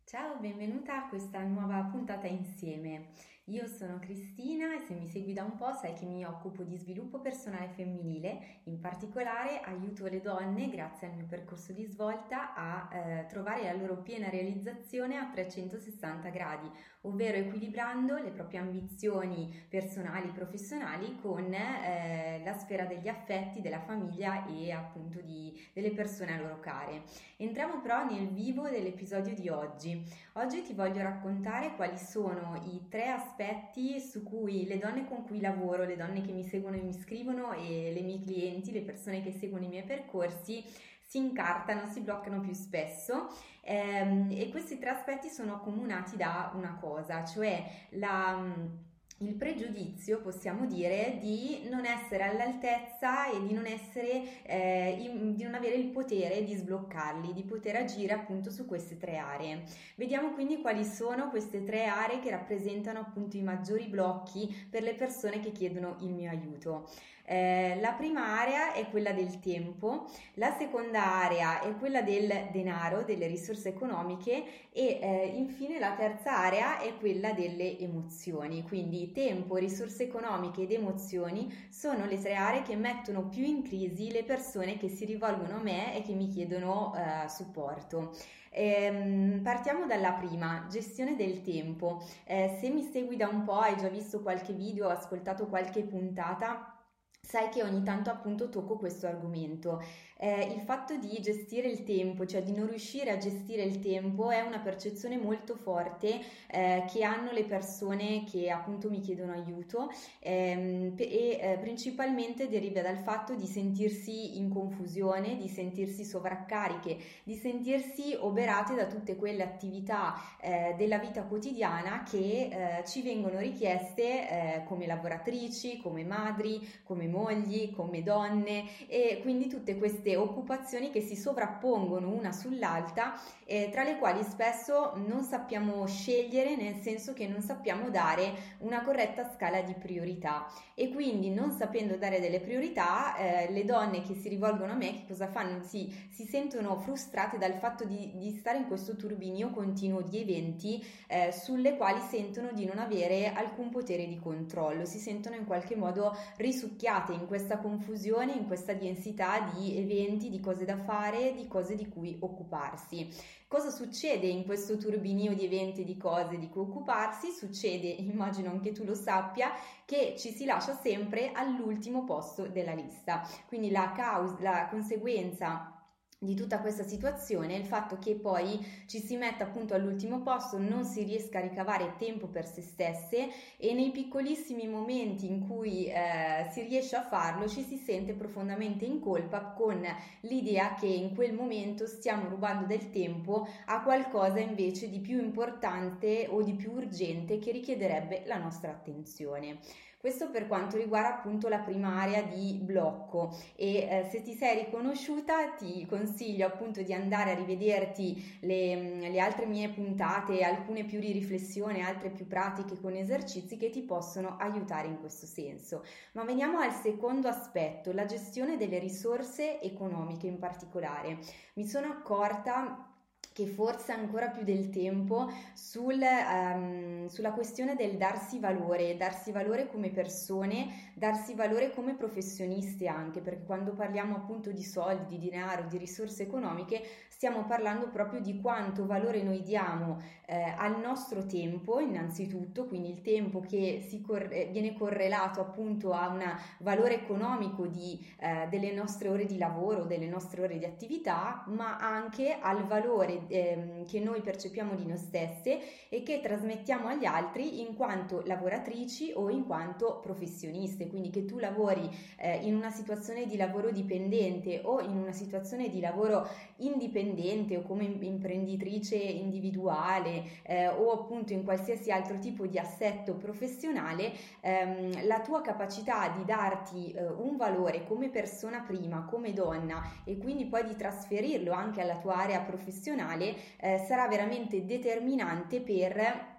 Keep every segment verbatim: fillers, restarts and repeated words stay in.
Ciao, benvenuta a questa nuova puntata insieme. Io sono Cristina e se mi segui da un po' sai che mi occupo di sviluppo personale femminile, in particolare aiuto le donne grazie al mio percorso di svolta a eh, trovare la loro piena realizzazione a trecentosessanta gradi, ovvero equilibrando le proprie ambizioni personali, professionali con eh, la sfera degli affetti, della famiglia e appunto di, delle persone a loro care. Entriamo però nel vivo dell'episodio di oggi. Oggi ti voglio raccontare quali sono i tre aspetti su cui le donne con cui lavoro, le donne che mi seguono e mi scrivono e le mie clienti, le persone che seguono i miei percorsi, si incartano, si bloccano più spesso ehm, e questi tre aspetti sono accomunati da una cosa, cioè la... Il pregiudizio, possiamo dire, di non essere all'altezza e di non essere, eh, in- di non avere il potere di sbloccarli, di poter agire appunto su queste tre aree. Vediamo quindi quali sono queste tre aree che rappresentano appunto i maggiori blocchi per le persone che chiedono il mio aiuto. Eh, la prima area è quella del tempo, la seconda area è quella del denaro, delle risorse economiche e eh, infine la terza area è quella delle emozioni, quindi tempo, risorse economiche ed emozioni sono le tre aree che mettono più in crisi le persone che si rivolgono a me e che mi chiedono eh, supporto. Ehm, partiamo dalla prima, gestione del tempo. Eh, se mi segui da un po', hai già visto qualche video, ho ascoltato qualche puntata. Sai che ogni tanto appunto tocco questo argomento. Eh, il fatto di gestire il tempo, cioè di non riuscire a gestire il tempo, è una percezione molto forte eh, che hanno le persone che appunto mi chiedono aiuto ehm, e eh, principalmente deriva dal fatto di sentirsi in confusione, di sentirsi sovraccariche, di sentirsi oberate da tutte quelle attività eh, della vita quotidiana che eh, ci vengono richieste eh, come lavoratrici, come madri, come mogli, come donne e quindi tutte queste occupazioni che si sovrappongono una sull'altra eh, tra le quali spesso non sappiamo scegliere, nel senso che non sappiamo dare una corretta scala di priorità e quindi non sapendo dare delle priorità eh, le donne che si rivolgono a me che cosa fanno? Si, si sentono frustrate dal fatto di, di stare in questo turbinio continuo di eventi eh, sulle quali sentono di non avere alcun potere di controllo, si sentono in qualche modo risucchiate in questa confusione, in questa densità di eventi, di cose da fare, di cose di cui occuparsi. Cosa succede in questo turbinio di eventi, di cose di cui occuparsi? Succede, immagino anche tu lo sappia, che ci si lascia sempre all'ultimo posto della lista. Quindi la causa, la conseguenza di tutta questa situazione è il fatto che poi ci si metta appunto all'ultimo posto, non si riesca a ricavare tempo per se stesse e nei piccolissimi momenti in cui eh, si riesce a farlo ci si sente profondamente in colpa con l'idea che in quel momento stiamo rubando del tempo a qualcosa invece di più importante o di più urgente che richiederebbe la nostra attenzione. Questo per quanto riguarda appunto la prima area di blocco e eh, se ti sei riconosciuta ti consiglio appunto di andare a rivederti le, le altre mie puntate, alcune più di riflessione, altre più pratiche con esercizi che ti possono aiutare in questo senso. Ma veniamo al secondo aspetto, la gestione delle risorse economiche in particolare. Mi sono accorta che forse ancora più del tempo sul, um, sulla questione del darsi valore, darsi valore come persone, darsi valore come professioniste anche, perché quando parliamo appunto di soldi, di denaro, di risorse economiche, stiamo parlando proprio di quanto valore noi diamo eh, al nostro tempo, innanzitutto, quindi il tempo che si corre, viene correlato appunto a un valore economico di, eh, delle nostre ore di lavoro, delle nostre ore di attività, ma anche al valore ehm, che noi percepiamo di noi stesse e che trasmettiamo agli altri in quanto lavoratrici o in quanto professioniste, quindi che tu lavori eh, in una situazione di lavoro dipendente o in una situazione di lavoro indipendente o come imprenditrice individuale eh, o appunto in qualsiasi altro tipo di assetto professionale, ehm, la tua capacità di darti eh, un valore come persona prima, come donna e quindi poi di trasferirlo anche alla tua area professionale eh, sarà veramente determinante per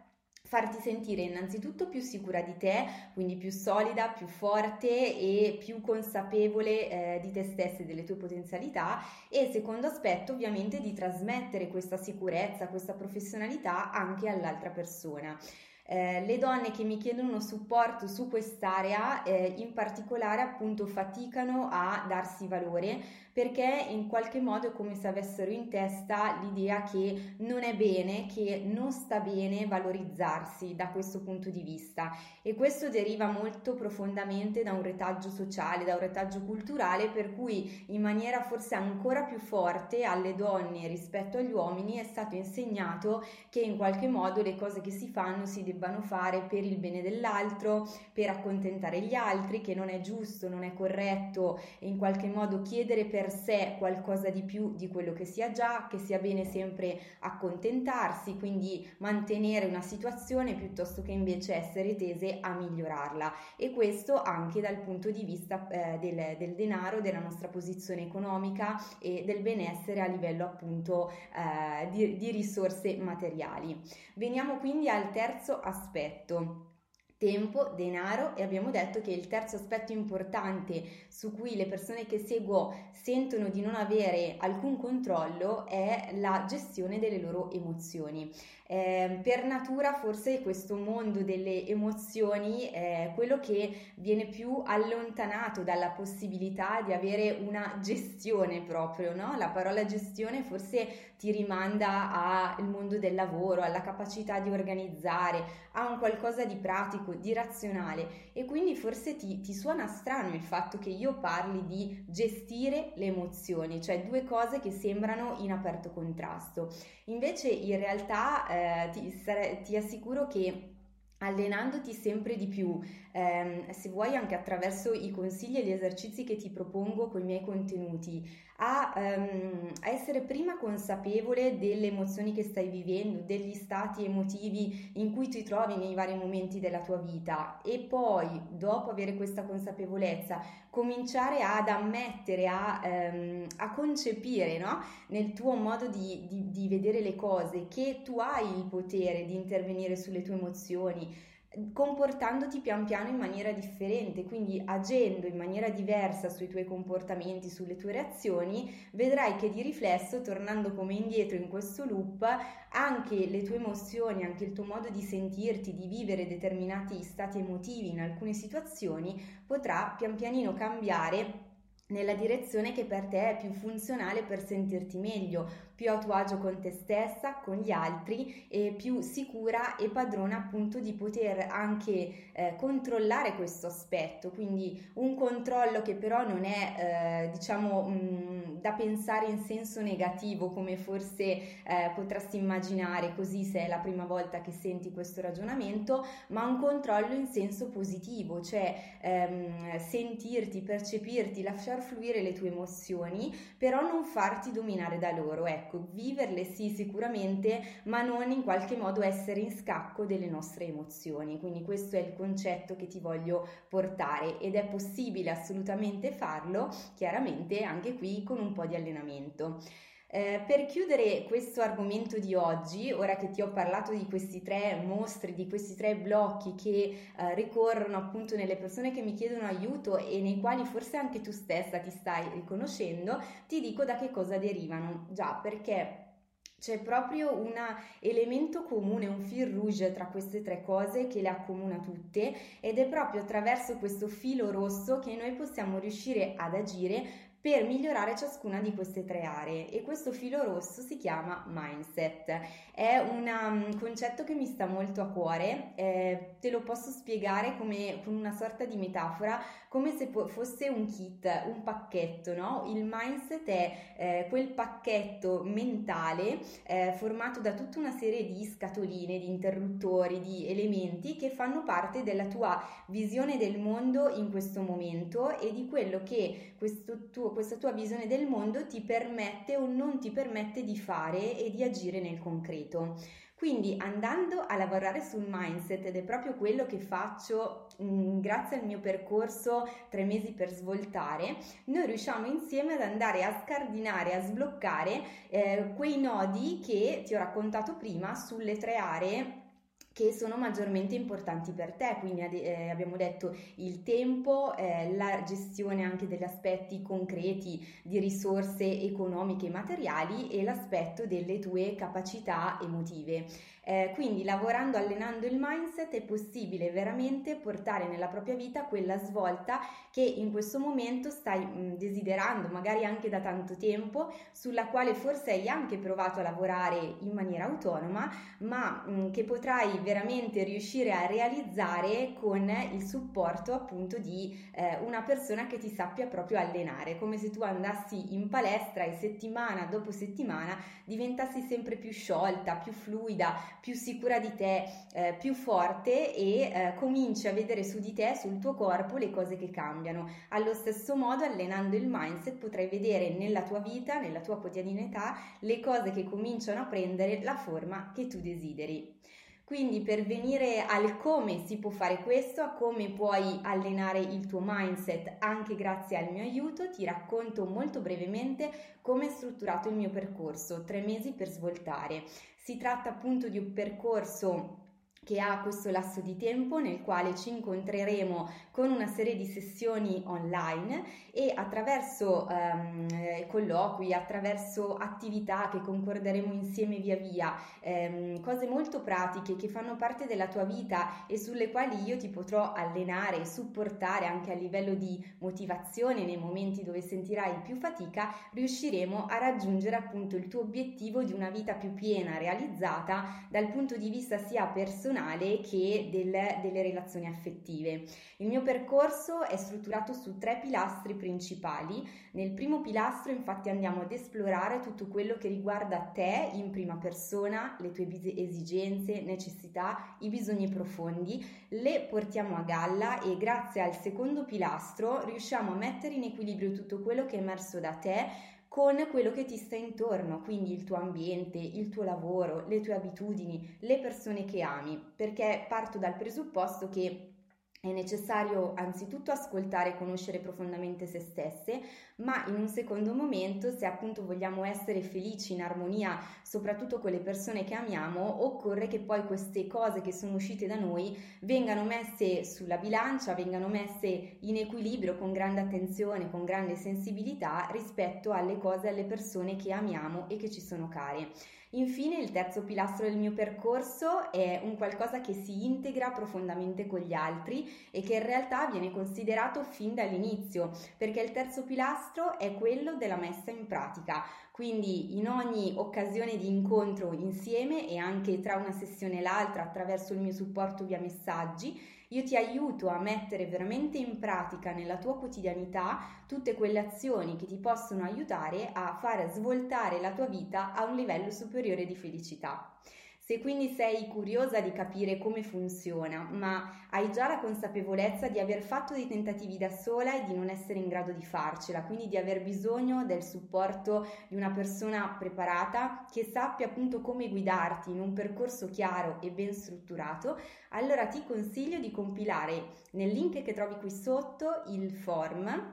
farti sentire innanzitutto più sicura di te, quindi più solida, più forte e più consapevole eh, di te stessa e delle tue potenzialità, e il secondo aspetto ovviamente di trasmettere questa sicurezza, questa professionalità anche all'altra persona. Eh, le donne che mi chiedono supporto su quest'area eh, in particolare appunto faticano a darsi valore, perché in qualche modo è come se avessero in testa l'idea che non è bene, che non sta bene valorizzarsi da questo punto di vista, e questo deriva molto profondamente da un retaggio sociale, da un retaggio culturale, per cui in maniera forse ancora più forte alle donne rispetto agli uomini è stato insegnato che in qualche modo le cose che si fanno si debbano fare per il bene dell'altro, per accontentare gli altri, che non è giusto, non è corretto in qualche modo chiedere per sé qualcosa di più di quello che si ha già, che sia bene sempre accontentarsi, quindi mantenere una situazione piuttosto che invece essere tese a migliorarla, e questo anche dal punto di vista eh, del, del denaro, della nostra posizione economica e del benessere a livello appunto eh, di, di risorse materiali. Veniamo quindi al terzo aspetto. Tempo, denaro, e abbiamo detto che il terzo aspetto importante su cui le persone che seguo sentono di non avere alcun controllo è la gestione delle loro emozioni. Eh, per natura forse questo mondo delle emozioni è quello che viene più allontanato dalla possibilità di avere una gestione proprio, no? La parola gestione forse ti rimanda al mondo del lavoro, alla capacità di organizzare, a un qualcosa di pratico, di razionale, e quindi forse ti, ti suona strano il fatto che io parli di gestire le emozioni, cioè due cose che sembrano in aperto contrasto. Invece in realtà eh, ti, sare- ti assicuro che allenandoti sempre di più, ehm, se vuoi anche attraverso i consigli e gli esercizi che ti propongo con i miei contenuti, a, ehm, a essere prima consapevole delle emozioni che stai vivendo, degli stati emotivi in cui ti trovi nei vari momenti della tua vita, e poi dopo avere questa consapevolezza cominciare ad ammettere, a, ehm, a concepire, no? Nel tuo modo di, di, di vedere le cose, che tu hai il potere di intervenire sulle tue emozioni, comportandoti pian piano in maniera differente, quindi agendo in maniera diversa sui tuoi comportamenti, sulle tue reazioni, vedrai che di riflesso, tornando come indietro in questo loop, anche le tue emozioni, anche il tuo modo di sentirti, di vivere determinati stati emotivi in alcune situazioni potrà pian pianino cambiare nella direzione che per te è più funzionale per sentirti meglio, più a tuo agio con te stessa, con gli altri, e più sicura e padrona appunto di poter anche eh, controllare questo aspetto. Quindi un controllo che però non è eh, diciamo mh, da pensare in senso negativo, come forse eh, potresti immaginare così se è la prima volta che senti questo ragionamento, ma un controllo in senso positivo, cioè ehm, sentirti, percepirti, lasciar fluire le tue emozioni, però non farti dominare da loro, ecco, viverle sì sicuramente, ma non in qualche modo essere in scacco delle nostre emozioni. Quindi questo è il concetto che ti voglio portare, ed è possibile assolutamente farlo, chiaramente anche qui con un po' di allenamento. Eh, per chiudere questo argomento di oggi, ora che ti ho parlato di questi tre mostri, di questi tre blocchi che eh, ricorrono appunto nelle persone che mi chiedono aiuto e nei quali forse anche tu stessa ti stai riconoscendo, ti dico da che cosa derivano. Già, perché c'è proprio un elemento comune, un fil rouge tra queste tre cose che le accomuna tutte, ed è proprio attraverso questo filo rosso che noi possiamo riuscire ad agire per migliorare ciascuna di queste tre aree, e questo filo rosso si chiama mindset. È una, un concetto che mi sta molto a cuore, eh, te lo posso spiegare come, con una sorta di metafora, come se po- fosse un kit, un pacchetto, no? Il mindset è eh, quel pacchetto mentale eh, formato da tutta una serie di scatoline, di interruttori, di elementi che fanno parte della tua visione del mondo in questo momento, e di quello che questo tuo questa tua visione del mondo ti permette o non ti permette di fare e di agire nel concreto. Quindi andando a lavorare sul mindset, ed è proprio quello che faccio mh, grazie al mio percorso tre mesi per svoltare, noi riusciamo insieme ad andare a scardinare, a sbloccare eh, quei nodi che ti ho raccontato prima sulle tre aree che sono maggiormente importanti per te, quindi eh, abbiamo detto il tempo, eh, la gestione anche degli aspetti concreti di risorse economiche e materiali e l'aspetto delle tue capacità emotive. Eh, quindi lavorando, allenando il mindset è possibile veramente portare nella propria vita quella svolta che in questo momento stai mh, desiderando, magari anche da tanto tempo, sulla quale forse hai anche provato a lavorare in maniera autonoma, ma mh, che potrai veramente riuscire a realizzare con il supporto appunto di eh, una persona che ti sappia proprio allenare, come se tu andassi in palestra e settimana dopo settimana diventassi sempre più sciolta, più fluida, più sicura di te, eh, più forte e eh, cominci a vedere su di te, sul tuo corpo, le cose che cambiano. Allo stesso modo, allenando il mindset, potrai vedere nella tua vita, nella tua quotidianità, le cose che cominciano a prendere la forma che tu desideri. Quindi per venire al come si può fare questo, a come puoi allenare il tuo mindset anche grazie al mio aiuto, ti racconto molto brevemente come è strutturato il mio percorso, tre mesi per svoltare. Si tratta appunto di un percorso che ha questo lasso di tempo nel quale ci incontreremo con una serie di sessioni online e attraverso um, colloqui, attraverso attività che concorderemo insieme via via, um, cose molto pratiche che fanno parte della tua vita e sulle quali io ti potrò allenare e supportare anche a livello di motivazione nei momenti dove sentirai più fatica, riusciremo a raggiungere appunto il tuo obiettivo di una vita più piena, realizzata dal punto di vista sia personale che delle, delle relazioni affettive. Il mio percorso è strutturato su tre pilastri principali. Nel primo pilastro infatti andiamo ad esplorare tutto quello che riguarda te in prima persona, le tue esigenze, necessità, i bisogni profondi, le portiamo a galla e grazie al secondo pilastro riusciamo a mettere in equilibrio tutto quello che è emerso da te con quello che ti sta intorno, quindi il tuo ambiente, il tuo lavoro, le tue abitudini, le persone che ami, perché parto dal presupposto che è necessario anzitutto ascoltare e conoscere profondamente se stesse, ma in un secondo momento, se appunto vogliamo essere felici, in armonia, soprattutto con le persone che amiamo, occorre che poi queste cose che sono uscite da noi vengano messe sulla bilancia, vengano messe in equilibrio con grande attenzione, con grande sensibilità rispetto alle cose e alle persone che amiamo e che ci sono care. Infine, il terzo pilastro del mio percorso è un qualcosa che si integra profondamente con gli altri e che in realtà viene considerato fin dall'inizio, perché il terzo pilastro è quello della messa in pratica. Quindi in ogni occasione di incontro insieme e anche tra una sessione e l'altra attraverso il mio supporto via messaggi, io ti aiuto a mettere veramente in pratica nella tua quotidianità tutte quelle azioni che ti possono aiutare a far svoltare la tua vita a un livello superiore di felicità. Se quindi sei curiosa di capire come funziona, ma hai già la consapevolezza di aver fatto dei tentativi da sola e di non essere in grado di farcela, quindi di aver bisogno del supporto di una persona preparata che sappia appunto come guidarti in un percorso chiaro e ben strutturato, allora ti consiglio di compilare nel link che trovi qui sotto il form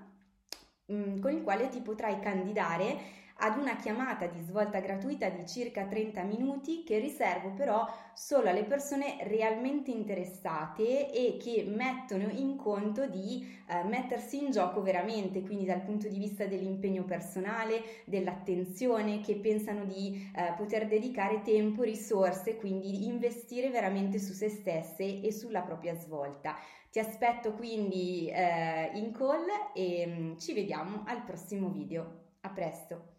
mh, con il quale ti potrai candidare ad una chiamata di svolta gratuita di circa trenta minuti che riservo però solo alle persone realmente interessate e che mettono in conto di eh, mettersi in gioco veramente, quindi dal punto di vista dell'impegno personale, dell'attenzione, che pensano di eh, poter dedicare tempo, risorse, quindi investire veramente su se stesse e sulla propria svolta. Ti aspetto quindi eh, in call e mh, ci vediamo al prossimo video. A presto!